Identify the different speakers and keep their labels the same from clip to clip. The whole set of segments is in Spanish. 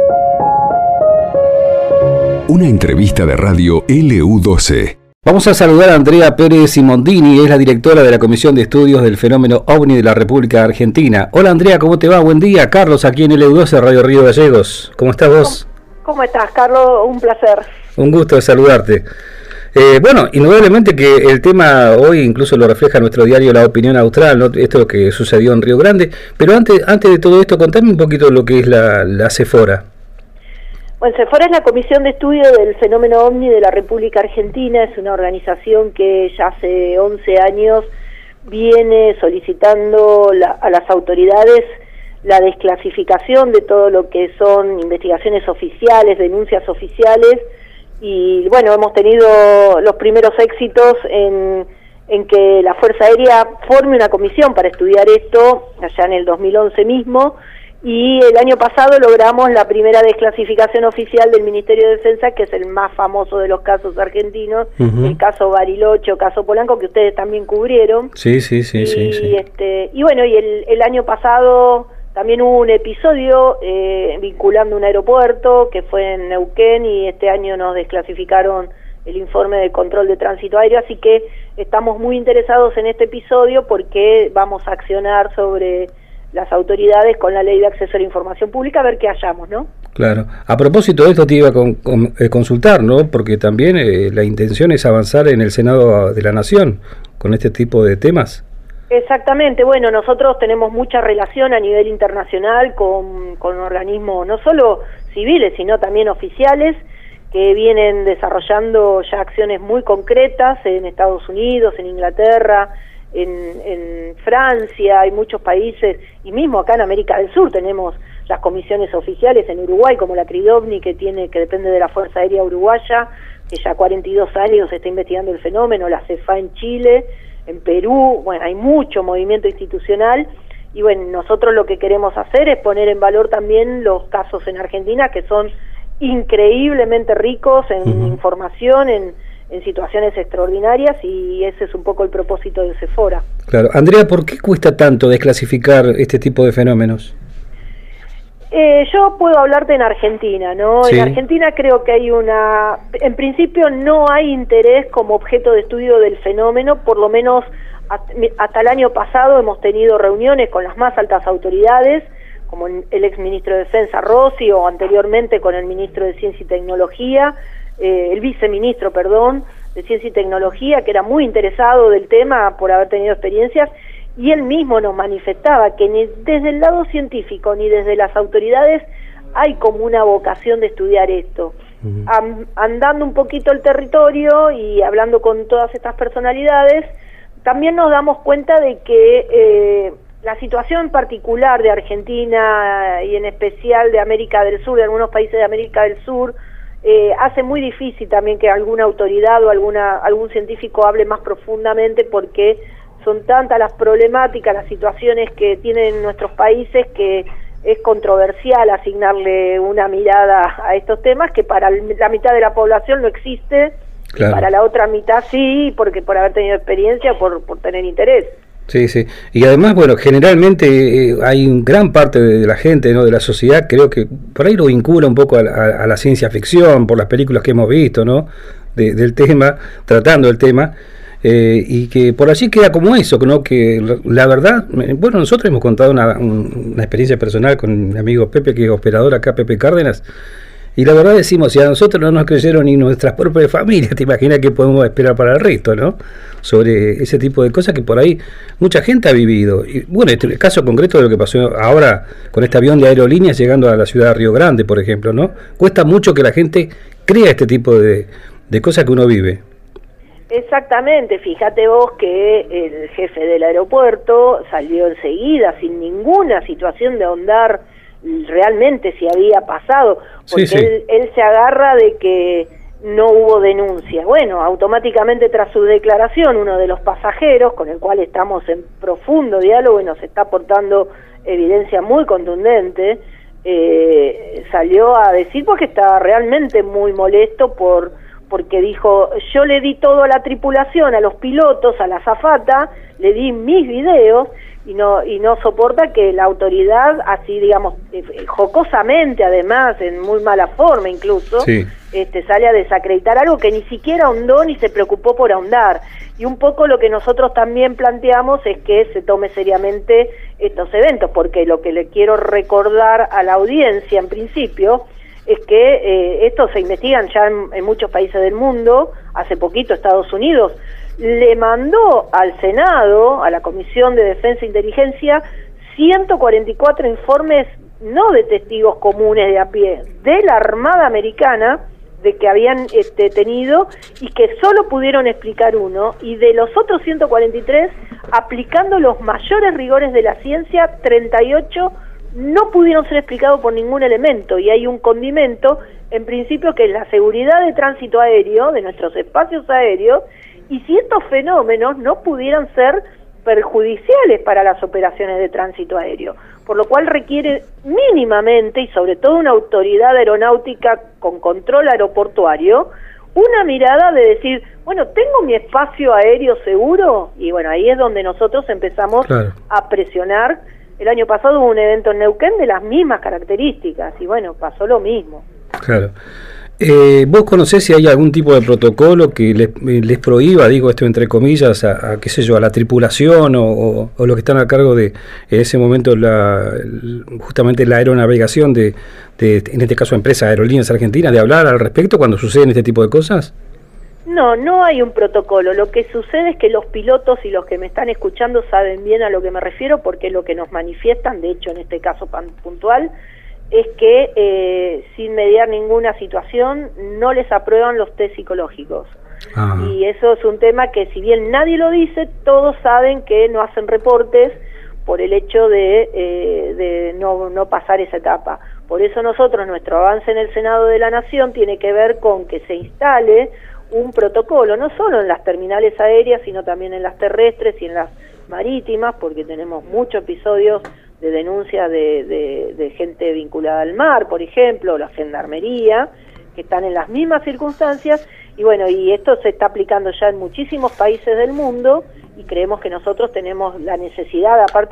Speaker 1: Una entrevista de radio LU12.
Speaker 2: Vamos a saludar a Andrea Pérez Simondini, es la directora de la Comisión de Estudios del Fenómeno OVNI de la República Argentina. Hola Andrea, ¿cómo te va? Buen día. Carlos, aquí en LU12, Radio Río Gallegos. ¿Cómo estás vos?
Speaker 3: ¿Cómo estás, Carlos? Un placer.
Speaker 2: Un gusto de saludarte. Bueno, indudablemente que el tema hoy incluso lo refleja nuestro diario La Opinión Austral, ¿no? Esto que sucedió en Río Grande. Pero antes de todo esto, contame un poquito lo que es la CEFORA.
Speaker 3: Bueno, CEFORA es la Comisión de Estudio del Fenómeno OVNI de la República Argentina. Es una organización que ya hace 11 años viene solicitando a las autoridades la desclasificación de todo lo que son investigaciones oficiales, denuncias oficiales, y bueno, hemos tenido los primeros éxitos en que la Fuerza Aérea forme una comisión para estudiar esto, allá en el 2011 mismo, y el año pasado logramos la primera desclasificación oficial del Ministerio de Defensa, que es el más famoso de los casos argentinos, el caso Bariloche, caso Polanco, que ustedes también cubrieron.
Speaker 2: Sí.
Speaker 3: Y bueno, y el año pasado también hubo un episodio vinculando un aeropuerto que fue en Neuquén, y este año nos desclasificaron el informe de control de tránsito aéreo, así que estamos muy interesados en este episodio porque vamos a accionar sobre las autoridades con la Ley de Acceso a la Información Pública a ver qué hallamos, ¿no?
Speaker 2: Claro. A propósito de esto te iba a consultar, ¿no? Porque también la intención es avanzar en el Senado de la Nación con este tipo de temas.
Speaker 3: Exactamente. Bueno, nosotros tenemos mucha relación a nivel internacional con organismos no solo civiles, sino también oficiales, que vienen desarrollando ya acciones muy concretas en Estados Unidos, en Inglaterra, en Francia, hay muchos países, y mismo acá en América del Sur tenemos las comisiones oficiales en Uruguay, como la CRIDOVNI, que depende de la Fuerza Aérea Uruguaya, que ya 42 años está investigando el fenómeno, la CEFA en Chile, en Perú. Bueno, hay mucho movimiento institucional, y bueno, nosotros lo que queremos hacer es poner en valor también los casos en Argentina, que son increíblemente ricos en información, en situaciones extraordinarias, y ese es un poco el propósito de CEFORA.
Speaker 2: Claro. Andrea, ¿por qué cuesta tanto desclasificar este tipo de fenómenos?
Speaker 3: Yo puedo hablarte en Argentina, ¿no? Sí. En Argentina creo que hay en principio no hay interés como objeto de estudio del fenómeno, por lo menos hasta el año pasado hemos tenido reuniones con las más altas autoridades, como el exministro de Defensa Rossi, o anteriormente con el ministro de Ciencia y Tecnología, el viceministro, de Ciencia y Tecnología, que era muy interesado del tema por haber tenido experiencias, y él mismo nos manifestaba que ni desde el lado científico ni desde las autoridades hay como una vocación de estudiar esto. Andando un poquito el territorio y hablando con todas estas personalidades, también nos damos cuenta de que la situación particular de Argentina, y en especial de América del Sur, de algunos países de América del Sur, hace muy difícil también que alguna autoridad o algún científico hable más profundamente, porque son tantas las problemáticas, las situaciones que tienen nuestros países, que es controversial asignarle una mirada a estos temas, que para la mitad de la población no existe, claro, y para la otra mitad sí, porque por haber tenido experiencia, por tener interés.
Speaker 2: Sí. Y además, bueno, generalmente hay gran parte de la gente, ¿no?, de la sociedad, creo que por ahí lo vincula un poco a la ciencia ficción, por las películas que hemos visto, ¿no?, del tema, tratando el tema, y que por allí queda como eso, ¿no?, que la verdad, bueno, nosotros hemos contado una experiencia personal con mi amigo Pepe, que es operador acá, Pepe Cárdenas, y la verdad decimos, si a nosotros no nos creyeron ni nuestras propias familias, te imaginas que podemos esperar para el resto, ¿no?, sobre ese tipo de cosas que por ahí mucha gente ha vivido. Y bueno, el caso concreto de lo que pasó ahora con este avión de aerolíneas llegando a la ciudad de Río Grande, por ejemplo, ¿no? Cuesta mucho que la gente crea este tipo de cosas que uno vive.
Speaker 3: Exactamente, fíjate vos que el jefe del aeropuerto salió enseguida, sin ninguna situación de ahondar realmente si había pasado, porque él se agarra de que no hubo denuncia. Bueno, automáticamente tras su declaración, uno de los pasajeros, con el cual estamos en profundo diálogo y nos está aportando evidencia muy contundente, salió a decir porque estaba realmente muy molesto por porque dijo, yo le di todo a la tripulación, a los pilotos, a la azafata, le di mis videos, y no soporta que la autoridad, así digamos, jocosamente además, en muy mala forma incluso,
Speaker 2: sí,
Speaker 3: sale a desacreditar algo que ni siquiera ahondó ni se preocupó por ahondar. Y un poco lo que nosotros también planteamos es que se tome seriamente estos eventos, porque lo que le quiero recordar a la audiencia en principio es que estos se investigan ya en muchos países del mundo. Hace poquito Estados Unidos le mandó al Senado, a la Comisión de Defensa e Inteligencia, 144 informes, no de testigos comunes de a pie, de la Armada Americana, de que habían tenido, y que solo pudieron explicar uno, y de los otros 143, aplicando los mayores rigores de la ciencia, 38 no pudieron ser explicados por ningún elemento, y hay un condimento, en principio, que es la seguridad de tránsito aéreo, de nuestros espacios aéreos, y si estos fenómenos no pudieran ser perjudiciales para las operaciones de tránsito aéreo, por lo cual requiere mínimamente, y sobre todo una autoridad aeronáutica con control aeroportuario, una mirada de decir, bueno, ¿tengo mi espacio aéreo seguro? Y bueno, ahí es donde nosotros empezamos a presionar. El año pasado hubo un evento en Neuquén de las mismas características, y bueno, pasó lo mismo.
Speaker 2: Claro. ¿Vos conocés si hay algún tipo de protocolo que les prohíba, digo esto entre comillas, a qué sé yo, a la tripulación o los que están a cargo de, en ese momento, justamente la aeronavegación de, en este caso, empresas aerolíneas argentinas, de hablar al respecto cuando suceden este tipo de cosas?
Speaker 3: No hay un protocolo. Lo que sucede es que los pilotos y los que me están escuchando saben bien a lo que me refiero, porque es lo que nos manifiestan, de hecho en este caso puntual, es que sin mediar ninguna situación no les aprueban los test psicológicos. Y eso es un tema que, si bien nadie lo dice, todos saben que no hacen reportes por el hecho de no pasar esa etapa. Por eso nosotros, nuestro avance en el Senado de la Nación tiene que ver con que se instale un protocolo, no solo en las terminales aéreas, sino también en las terrestres y en las marítimas, porque tenemos muchos episodios de denuncia de gente vinculada al mar, por ejemplo, la gendarmería, que están en las mismas circunstancias, y bueno, y esto se está aplicando ya en muchísimos países del mundo, y creemos que nosotros tenemos la necesidad, aparte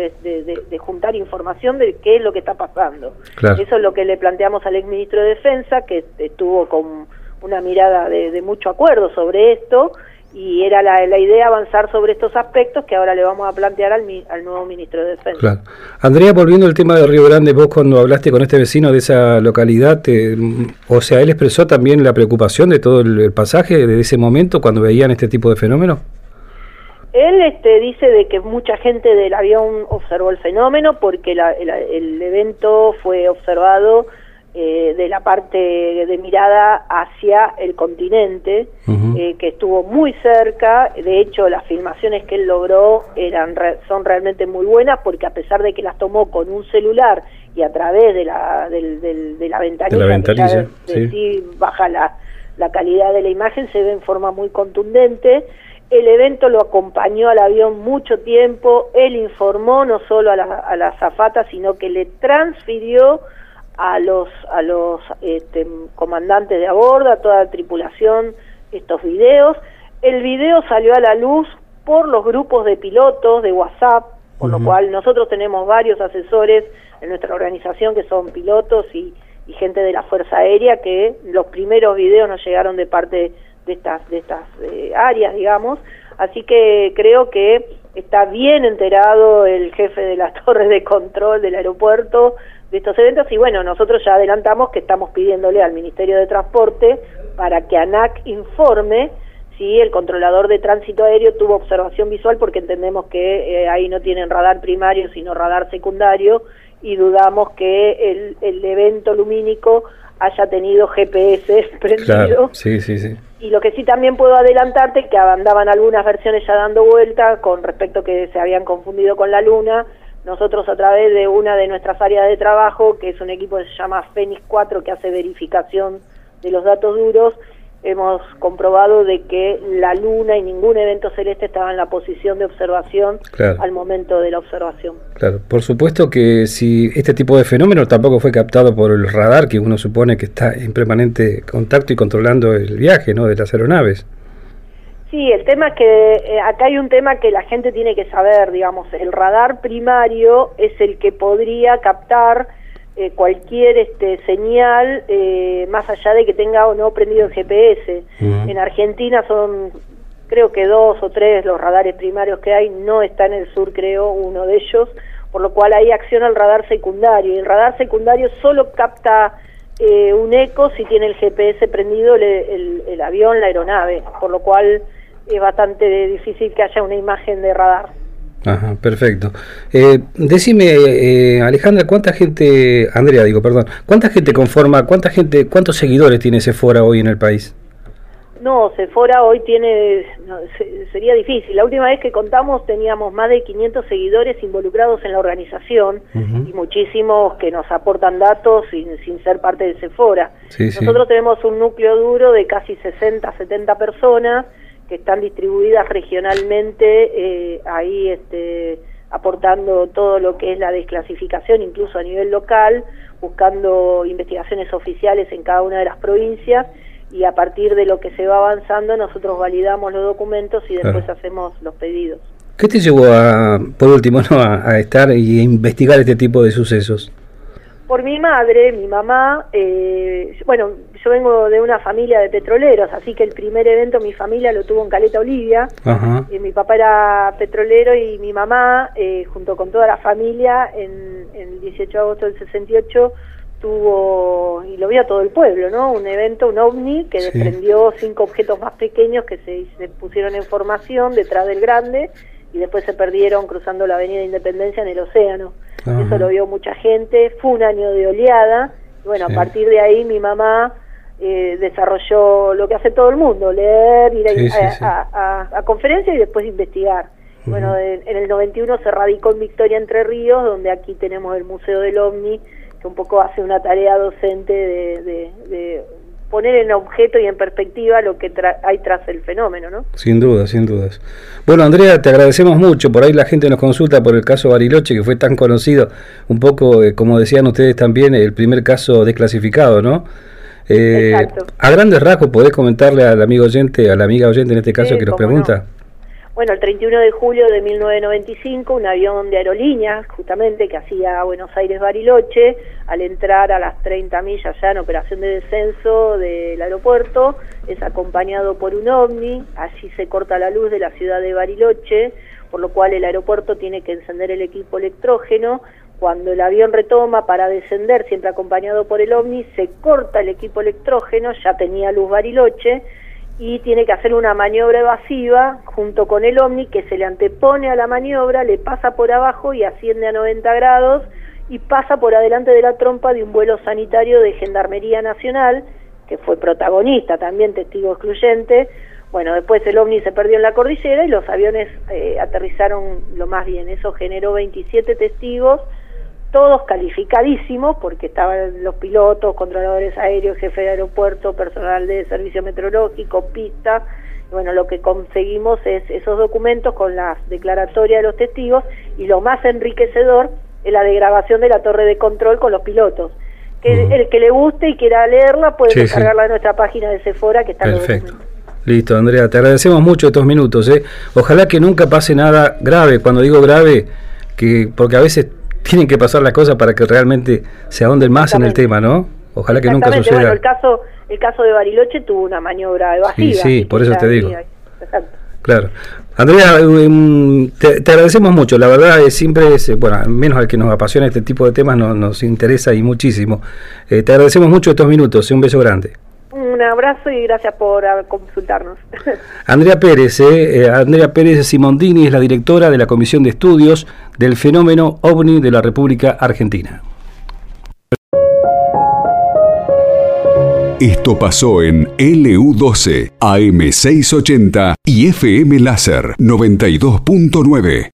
Speaker 3: de juntar información de qué es lo que está pasando. Claro. Eso es lo que le planteamos al exministro de Defensa, que estuvo con una mirada de mucho acuerdo sobre esto, y era la idea avanzar sobre estos aspectos que ahora le vamos a plantear al nuevo ministro de Defensa. Claro.
Speaker 2: Andrea, volviendo al tema de Río Grande, vos cuando hablaste con este vecino de esa localidad, o sea, él expresó también la preocupación de todo el pasaje de ese momento cuando veían este tipo de fenómenos.
Speaker 3: Él dice de que mucha gente del avión observó el fenómeno, porque el evento fue observado de la parte de mirada hacia el continente, que estuvo muy cerca. De hecho, las filmaciones que él logró son realmente muy buenas, porque a pesar de que las tomó con un celular y a través de la ventanilla, sí, baja la calidad de la imagen, se ve en forma muy contundente. El evento lo acompañó al avión mucho tiempo. Él informó no solo a la azafata, sino que le transfirió a los comandantes de a bordo, a toda la tripulación, estos videos. El video salió a la luz por los grupos de pilotos de WhatsApp, por lo cual nosotros tenemos varios asesores en nuestra organización que son pilotos y gente de la Fuerza Aérea, que los primeros videos nos llegaron de parte de estas áreas, digamos. Así que creo que está bien enterado el jefe de las torres de control del aeropuerto de estos eventos, y bueno, nosotros ya adelantamos que estamos pidiéndole al Ministerio de Transporte para que ANAC informe si el controlador de tránsito aéreo tuvo observación visual, porque entendemos que ahí no tienen radar primario sino radar secundario, y dudamos que el evento lumínico haya tenido GPS prendido.
Speaker 2: Claro, sí.
Speaker 3: Y lo que sí también puedo adelantarte, que andaban algunas versiones ya dando vuelta con respecto que se habían confundido con la Luna. Nosotros, a través de una de nuestras áreas de trabajo, que es un equipo que se llama Fénix 4, que hace verificación de los datos duros, hemos comprobado de que la Luna y ningún evento celeste estaba en la posición de observación al momento de la observación. Claro,
Speaker 2: por supuesto que si este tipo de fenómeno tampoco fue captado por el radar, que uno supone que está en permanente contacto y controlando el viaje, ¿no?, de las aeronaves.
Speaker 3: Sí, el tema es que acá hay un tema que la gente tiene que saber, digamos, el radar primario es el que podría captar cualquier señal, más allá de que tenga o no prendido el GPS. En Argentina son, creo que 2 o 3 los radares primarios que hay, no está en el sur, creo, uno de ellos, por lo cual ahí acciona el radar secundario, y el radar secundario solo capta un eco si tiene el GPS prendido el avión, la aeronave, por lo cual es bastante difícil que haya una imagen de radar.
Speaker 2: Ajá, perfecto. Decime, Alejandra, ¿cuánta gente conforma, cuántos seguidores tiene Sephora hoy en el país?
Speaker 3: No, Sephora hoy sería difícil. La última vez que contamos teníamos más de 500 seguidores involucrados en la organización y muchísimos que nos aportan datos sin ser parte de Sephora. Nosotros tenemos un núcleo duro de casi 60, 70 personas que están distribuidas regionalmente, ahí aportando todo lo que es la desclasificación, incluso a nivel local, buscando investigaciones oficiales en cada una de las provincias, y a partir de lo que se va avanzando nosotros validamos los documentos y después hacemos los pedidos.
Speaker 2: ¿Qué te llevó por último, a estar y a investigar este tipo de sucesos?
Speaker 3: Por mi madre, mi mamá, bueno, yo vengo de una familia de petroleros, así que el primer evento mi familia lo tuvo en Caleta Olivia. Mi papá era petrolero y mi mamá, junto con toda la familia, en el 18 de agosto del 68, tuvo, y lo vio todo el pueblo, ¿no?, un evento, un ovni, que desprendió 5 objetos más pequeños que se pusieron en formación detrás del grande, y después se perdieron cruzando la avenida Independencia en el océano. Eso lo vio mucha gente, fue un año de oleada, y bueno, a partir de ahí mi mamá desarrolló lo que hace todo el mundo, leer, ir a conferencias y después investigar. Bueno, en el 91 se radicó en Victoria, Entre Ríos, donde aquí tenemos el Museo del OVNI, que un poco hace una tarea docente de poner en objeto y en perspectiva lo que hay tras el fenómeno, ¿no?
Speaker 2: Sin duda, sin dudas. Bueno, Andrea, te agradecemos mucho. Por ahí la gente nos consulta por el caso Bariloche, que fue tan conocido, un poco, como decían ustedes también, el primer caso desclasificado, ¿no?
Speaker 3: Exacto.
Speaker 2: A grandes rasgos, ¿podés comentarle al amigo oyente, a la amiga oyente en este caso que nos pregunta?
Speaker 3: No. Bueno, el 31 de julio de 1995, un avión de aerolíneas, justamente, que hacía Buenos Aires-Bariloche, al entrar a las 30 millas ya en operación de descenso del aeropuerto, es acompañado por un ovni, allí se corta la luz de la ciudad de Bariloche, por lo cual el aeropuerto tiene que encender el equipo electrógeno. Cuando el avión retoma para descender, siempre acompañado por el ovni, se corta el equipo electrógeno, ya tenía luz Bariloche, y tiene que hacer una maniobra evasiva junto con el ovni, que se le antepone a la maniobra, le pasa por abajo y asciende a 90 grados y pasa por adelante de la trompa de un vuelo sanitario de Gendarmería Nacional, que fue protagonista, también testigo excluyente. Bueno, después el ovni se perdió en la cordillera y los aviones aterrizaron lo más bien. Eso generó 27 testigos, todos calificadísimos, porque estaban los pilotos, controladores aéreos, jefe de aeropuerto, personal de servicio meteorológico, pista. Bueno, lo que conseguimos es esos documentos con las declaratorias de los testigos, y lo más enriquecedor es la de grabación de la torre de control con los pilotos. Que el que le guste y quiera leerla puede descargarla de nuestra página de Sephora, que está en los documentos.
Speaker 2: Listo, Andrea, te agradecemos mucho estos minutos. Ojalá que nunca pase nada grave. Cuando digo grave, porque a veces tienen que pasar las cosas para que realmente se ahonden más en el tema, ¿no? Ojalá que nunca suceda.
Speaker 3: Bueno, el caso de Bariloche tuvo una maniobra evasiva.
Speaker 2: Sí, por eso te digo. Exacto. Claro. Andrea, te agradecemos mucho. La verdad es siempre, bueno, al menos al que nos apasiona este tipo de temas nos interesa y muchísimo. Te agradecemos mucho estos minutos. Un beso grande.
Speaker 3: Un abrazo y gracias por consultarnos.
Speaker 2: Andrea Pérez Simondini es la directora de la Comisión de Estudios del Fenómeno OVNI de la República Argentina.
Speaker 1: Esto pasó en LU12, AM680 y FM Láser 92.9.